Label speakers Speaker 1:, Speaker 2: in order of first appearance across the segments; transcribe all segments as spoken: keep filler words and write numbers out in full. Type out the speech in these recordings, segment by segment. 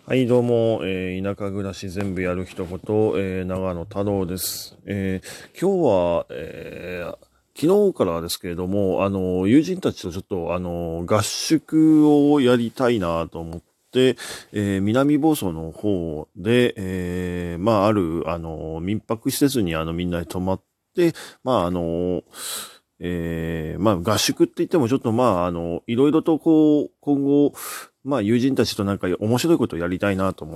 Speaker 1: はい、どうも、えー田舎暮らし全部やる一言、えー長野太郎です。えー今日は、えー昨日からですけれども、あの、友人たちとちょっと、あの、合宿をやりたいなと思って、えー南房総の方で、えーまあ、ある、あの、民泊施設に、あの、みんなで泊まって、まあ、あの、えーまあ、合宿って言ってもちょっとまあ、あの、いろいろとこう、今後、まあ、友人たちとなんか面白いことをやりたいなと思って、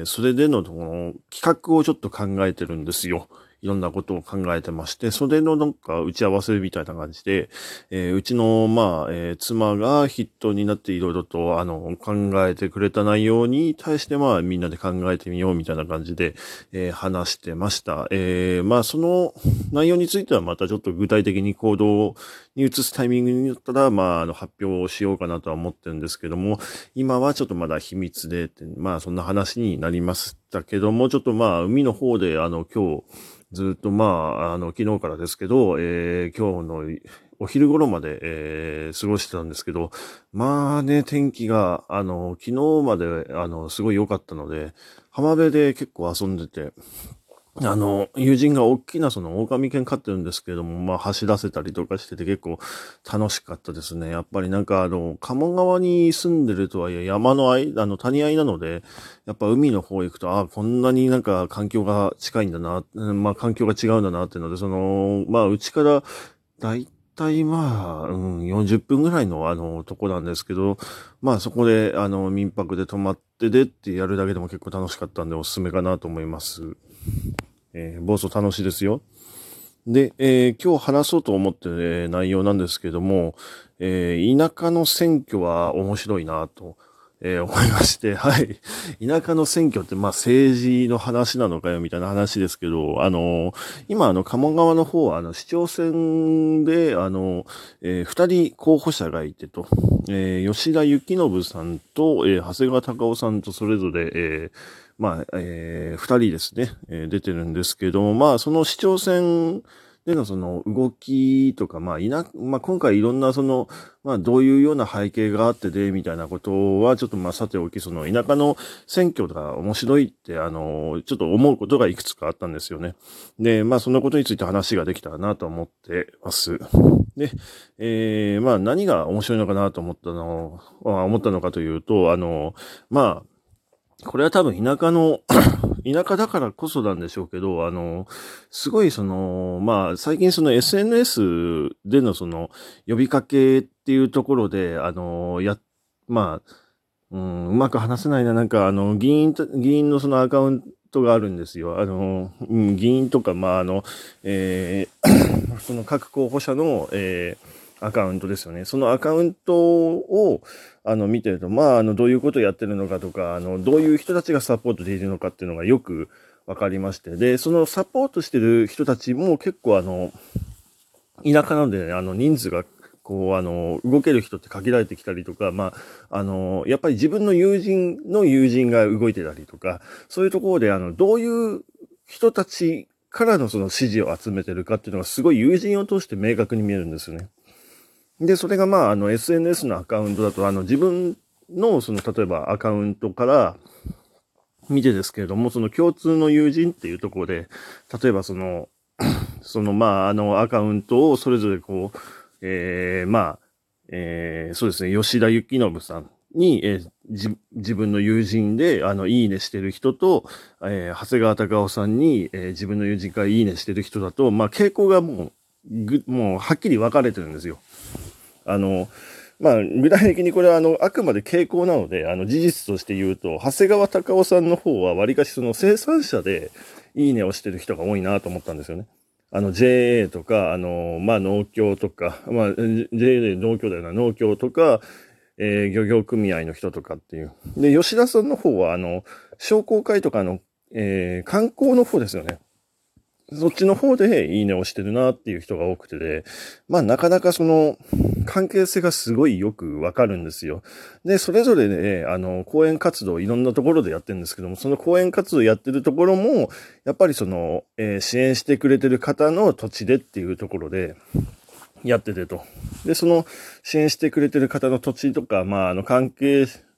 Speaker 1: それでの、この企画をちょっと考えてるんですよ。いろんなことを考えてまして、それのなんか打ち合わせみたいな感じで、えーうちの、まあ、えー妻が筆頭になっていろいろと、あの、考えてくれた内容に対して、まあ、みんなで考えてみようみたいな感じで、えー話してました。えーまあ、その内容についてはまたちょっと具体的に行動に移すタイミングによったら、まあ、あの、発表をしようかなとは思ってるんですけども、今はちょっとまだ秘密でって、まあ、そんな話になりましたけども、ちょっとまあ、海の方で、あの、今日、ずっとまあ、あの、昨日からですけど、えー今日のお昼頃まで、えー過ごしてたんですけど、まあね、天気が、あの、昨日まで、あの、すごい良かったので、浜辺で結構遊んでて、あの、友人が大きなその狼犬飼ってるんですけれども、まあ走らせたりとかしてて結構楽しかったですね。やっぱりなんかあの、鴨川に住んでるとはいえ山の間、あの谷合いなので、やっぱ海の方行くと、ああ、こんなになんか環境が近いんだな、うんまあ環境が違うんだなっていうので、その、まあうちからだいたいまあ、うん、よんじゅっぷんぐらいのあの、とこなんですけど、まあそこであの、民泊で泊まってでってやるだけでも結構楽しかったんでおすすめかなと思います。えー、暴走楽しいですよ。で、えー今日話そうと思ってる、えー内容なんですけども、えー田舎の選挙は面白いなと、えー思いまして、はい。田舎の選挙って、まあ政治の話なのかよみたいな話ですけど、あのー今、あの、鴨川の方は、あの、市長選で、あの、えー二人候補者がいてと、えー吉田幸信さんと、えー長谷川隆夫さんとそれぞれ、えーまあ、えー、二人ですね、えー出てるんですけども、まあ、その市長選でのその動きとか、まあ、いな、まあ、今回いろんなその、まあ、どういうような背景があってで、みたいなことは、ちょっとまあ、さておき、その田舎の選挙が面白いって、あの、ちょっと思うことがいくつかあったんですよね。で、まあ、そんなことについて話ができたらなと思ってます。で、えー、まあ、何が面白いのかなと思ったの、思ったのかというと、あの、まあ、これは多分田舎の田舎だからこそなんでしょうけど、あの、すごいその、まあ、最近その エスエヌエス でのその、呼びかけっていうところで、あの、や、まあ、うん、うまく話せないな、なんかあの、議員と、議員のそのアカウントがあるんですよ。あの、うん、議員とか、まあ、あの、えーその各候補者の、えーアカウントですよね。そのアカウントを、あの、見てると、まあ、あの、どういうことをやってるのかとか、あの、どういう人たちがサポートできるのかっていうのがよくわかりまして。で、そのサポートしてる人たちも結構あの、田舎なので、ね、あの、人数が、こう、あの、動ける人って限られてきたりとか、まあ、あの、やっぱり自分の友人の友人が動いてたりとか、そういうところで、あの、どういう人たちからのその支持を集めてるかっていうのがすごい友人を通して明確に見えるんですよね。で、それがまあ、あの、エスエヌエス のアカウントだと、あの、自分の、その、例えばアカウントから見てですけれども、その共通の友人っていうところで、例えばその、その、まあ、あの、アカウントをそれぞれこう、えー、まあ、えー、そうですね、吉田幸信さんに、えーじ、自分の友人で、あの、いいねしてる人と、えー、長谷川隆夫さんに、えー自分の友人からいいねしてる人だと、まあ、傾向がもう、ぐ、もう、はっきり分かれてるんですよ。あの、まあ、具体的にこれは、あの、あくまで傾向なので、あの、事実として言うと、長谷川隆夫さんの方は、わりかしその生産者で、いいねをしてる人が多いなと思ったんですよね。あの、ジェーエー とか、あの、まあ、農協とか、まあ、ジェーエー 農協だよな、農協とか、えー漁業組合の人とかっていう。で、吉田さんの方は、あの、商工会とかの、えー観光の方ですよね。そっちの方でいいねをしてるなっていう人が多くてで、まあなかなかその関係性がすごいよくわかるんですよ。で、それぞれね、あの、講演活動いろんなところでやってるんですけども、その講演活動やってるところも、やっぱりその、えー支援してくれてる方の土地でっていうところで、やっててと。で、その支援してくれてる方の土地とか、まあ、あの関係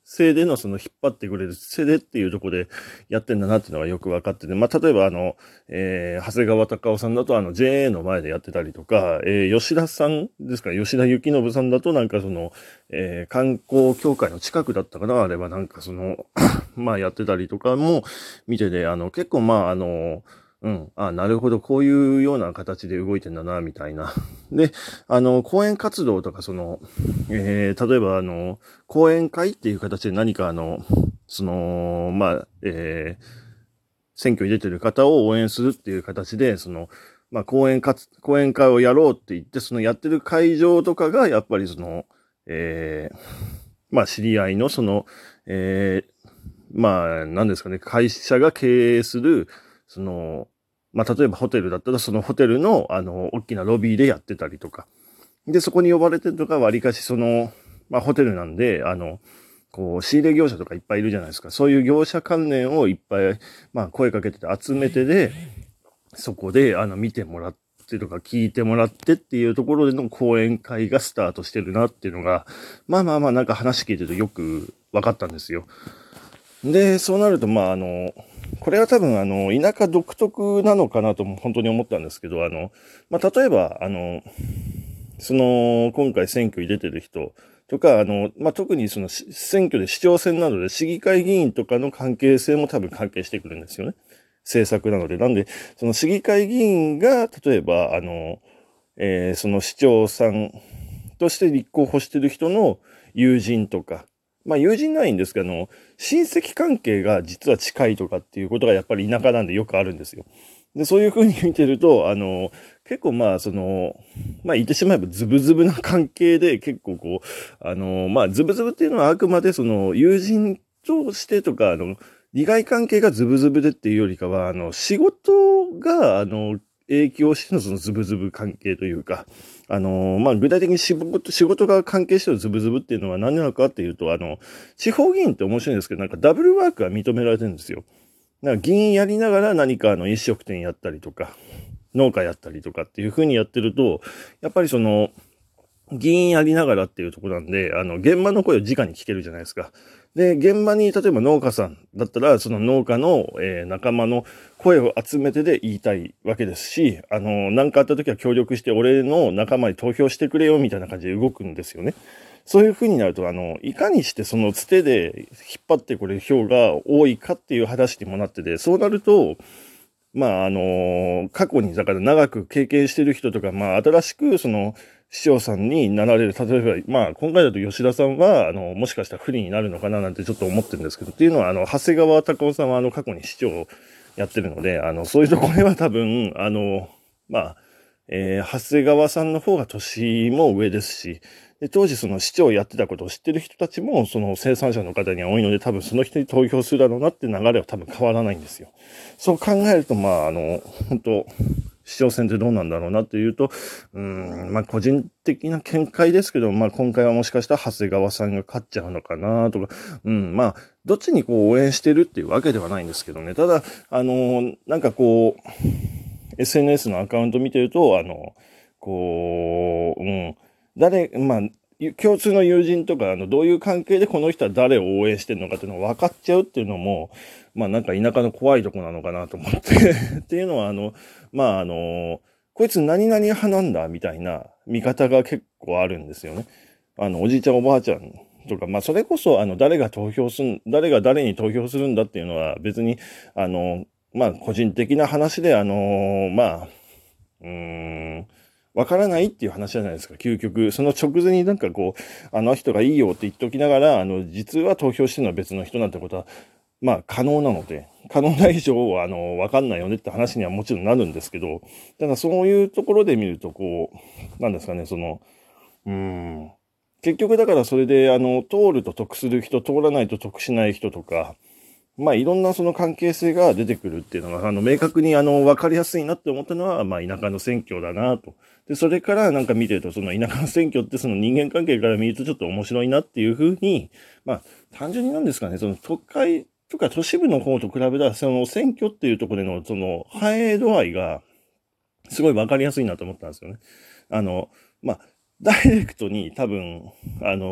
Speaker 1: 性でのその引っ張ってくれる性でっていうところでやってんだなっていうのがよく分かってて、まあ、例えばあの、えー、長谷川隆夫さんだとあの ジェーエー の前でやってたりとか、えー、吉田さんですか、吉田幸信さんだとなんかその、えー、観光協会の近くだったかな、あればなんかその、まあやってたりとかも見てて、あの、結構まああの、うん。あ、なるほど。こういうような形で動いてんだな、みたいな。で、あの、講演活動とか、その、えー、例えば、あの、講演会っていう形で何か、あの、その、まあ、えー、選挙に出てる方を応援するっていう形で、その、まあ、講演かつ、講演会をやろうって言って、そのやってる会場とかが、やっぱりその、えー、まあ、知り合いの、その、えー、まあ、何ですかね、会社が経営する、その、まあ、例えばホテルだったら、そのホテルの、あの、大きなロビーでやってたりとか。で、そこに呼ばれてるとか、割かしその、まあ、ホテルなんで、あの、こう、仕入れ業者とかいっぱいいるじゃないですか。そういう業者関連をいっぱい、まあ、声かけてて集めてで、そこで、あの、見てもらってとか、聞いてもらってっていうところでの講演会がスタートしてるなっていうのが、まあまあまあ、なんか話聞いてるとよく分かったんですよ。で、そうなると、まあ、あの、これは多分、あの、田舎独特なのかなとも本当に思ったんですけど、あの、まあ、例えば、あの、その、今回選挙に出てる人とか、あの、まあ、特にその選挙で市長選などで市議会議員とかの関係性も多分関係してくるんですよね。政策なので。なんで、その市議会議員が、例えば、あの、えー、その市長さんとして立候補してる人の友人とか、まあ友人ないんですけど、あの、親戚関係が実は近いとかっていうことがやっぱり田舎なんでよくあるんですよ。で、そういう風に見てると、あの、結構まあ、その、まあ言ってしまえばズブズブな関係で結構こう、あの、まあズブズブっていうのはあくまでその友人としてとか、あの、利害関係がズブズブでっていうよりかは、あの、仕事が、あの、影響してのそのズブズブ関係というか、あのー、まあ、具体的に仕事、仕事が関係してるズブズブっていうのは何なのかっていうと、あの、地方議員って面白いんですけど、なんかダブルワークが認められてるんですよ。なんか議員やりながら何かあの飲食店やったりとか、農家やったりとかっていう風にやってると、やっぱりその、議員やりながらっていうところなんで、あの、現場の声を直に聞けるじゃないですか。で、現場に、例えば農家さんだったら、その農家の、えー、仲間の声を集めてで言いたいわけですし、あの、何かあった時は協力して俺の仲間に投票してくれよみたいな感じで動くんですよね。そういう風になると、あの、いかにしてそのつてで引っ張ってくれる票が多いかっていう話にもなってて、そうなると、まあ、あの、過去に、だから長く経験してる人とか、まあ、新しく、その、市長さんになられる、例えば、まあ、今回だと吉田さんは、あの、もしかしたら不利になるのかななんてちょっと思ってるんですけど、っていうのは、あの、長谷川隆夫さんは、あの、過去に市長をやってるので、あの、そういうところでは多分、あの、まあ、えー、長谷川さんの方が年も上ですし、で、当時その市長をやってたことを知ってる人たちも、その生産者の方には多いので、多分その人に投票するだろうなって流れは多分変わらないんですよ。そう考えると、まあ、あの、本当市長選ってどうなんだろうなっていうと、うん、まあ個人的な見解ですけど、まあ今回はもしかしたら長谷川さんが勝っちゃうのかなとか、うん、まあ、どっちにこう応援してるっていうわけではないんですけどね。ただ、あの、なんかこう、エスエヌエス のアカウント見てると、あの、こう、うん、誰、まあ、共通の友人とか、あの、どういう関係でこの人は誰を応援してるのかっていうのが分かっちゃうっていうのも、まあなんか田舎の怖いとこなのかなと思ってっていうのは、あの、まああの、こいつ何々派なんだみたいな見方が結構あるんですよね。あの、おじいちゃんおばあちゃんとか、まあそれこそ、あの、誰が投票する、誰が誰に投票するんだっていうのは別に、あの、まあ個人的な話で、あの、まあ、うーん、わからないっていう話じゃないですか、究極。その直前になんかこう、あの人がいいよって言っておきながら、あの、実は投票してるのは別の人なんてことは、まあ可能なので、可能な以上、あの、わかんないよねって話にはもちろんなるんですけど、ただそういうところで見ると、こう、なんですかね、その、うーん、結局だからそれで、あの、通ると得する人、通らないと得しない人とか、まあいろんなその関係性が出てくるっていうのが、あの、明確にあの、わかりやすいなって思ったのは、まあ田舎の選挙だなと。で、それからなんか見てると、その田舎の選挙ってその人間関係から見るとちょっと面白いなっていうふうに、まあ単純になんですかね、その都会とか都市部の方と比べたら、その選挙っていうところでのその反映度合いが、すごいわかりやすいなと思ったんですよね。あの、まあ、ダイレクトに多分、あの、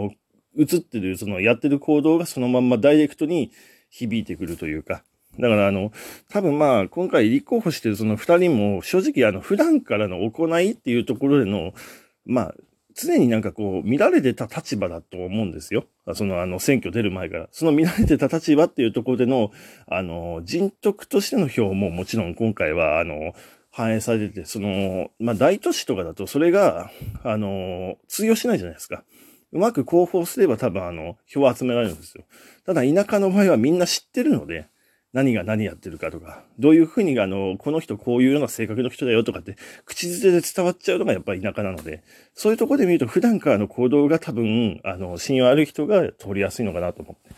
Speaker 1: 映ってる、そのやってる行動がそのまんまダイレクトに響いてくるというか。だからあの、多分まあ、今回立候補してるその二人も、正直あの、普段からの行いっていうところでの、まあ、常になんかこう、見られてた立場だと思うんですよ。そのあの、選挙出る前から。その見られてた立場っていうところでの、あの、人徳としての票ももちろん今回は、あの、反映されてて、その、まあ、大都市とかだとそれが、あの、通用しないじゃないですか。うまく広報すれば多分あの、票を集められるんですよ。ただ田舎の場合はみんな知ってるので、何が何やってるかとか、どういうふうにあの、この人こういうような性格の人だよとかって、口づてで伝わっちゃうのがやっぱり田舎なので、そういうところで見ると普段からの行動が多分、あの、信用ある人が通りやすいのかなと思って。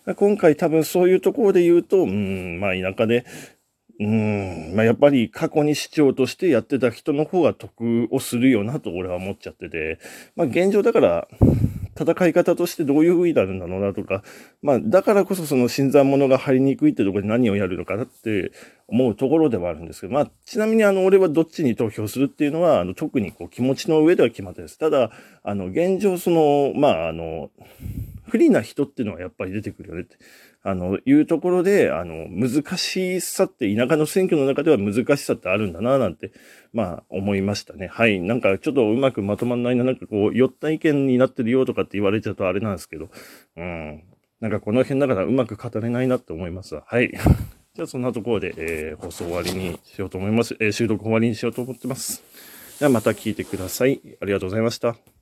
Speaker 1: 今回多分そういうところで言うと、うん、まあ田舎で、うん、まあやっぱり過去に市長としてやってた人の方が得をするよなと俺は思っちゃってて、まあ現状だから、戦い方としてどういう風になるんだろうなとか、まあ、だからこそその新参者が入りにくいってところで何をやるのかなって思うところではあるんですけど、まあ、ちなみにあの、俺はどっちに投票するっていうのは、あの、特にこう気持ちの上では決まってです。ただ、あの、現状その、まあ、あの、不利な人っていうのはやっぱり出てくるよねって。あの、いうところで、あの、難しさって、田舎の選挙の中では難しさってあるんだな、なんて、まあ、思いましたね。はい。なんか、ちょっとうまくまとまんないな、なんかこう、寄った意見になってるよとかって言われちゃうとあれなんですけど、うん。なんかこの辺だからうまく語れないなって思いますわ。はい。じゃあ、そんなところで、えー、放送終わりにしようと思います。えー、収録終わりにしようと思ってます。じゃあ、また聞いてください。ありがとうございました。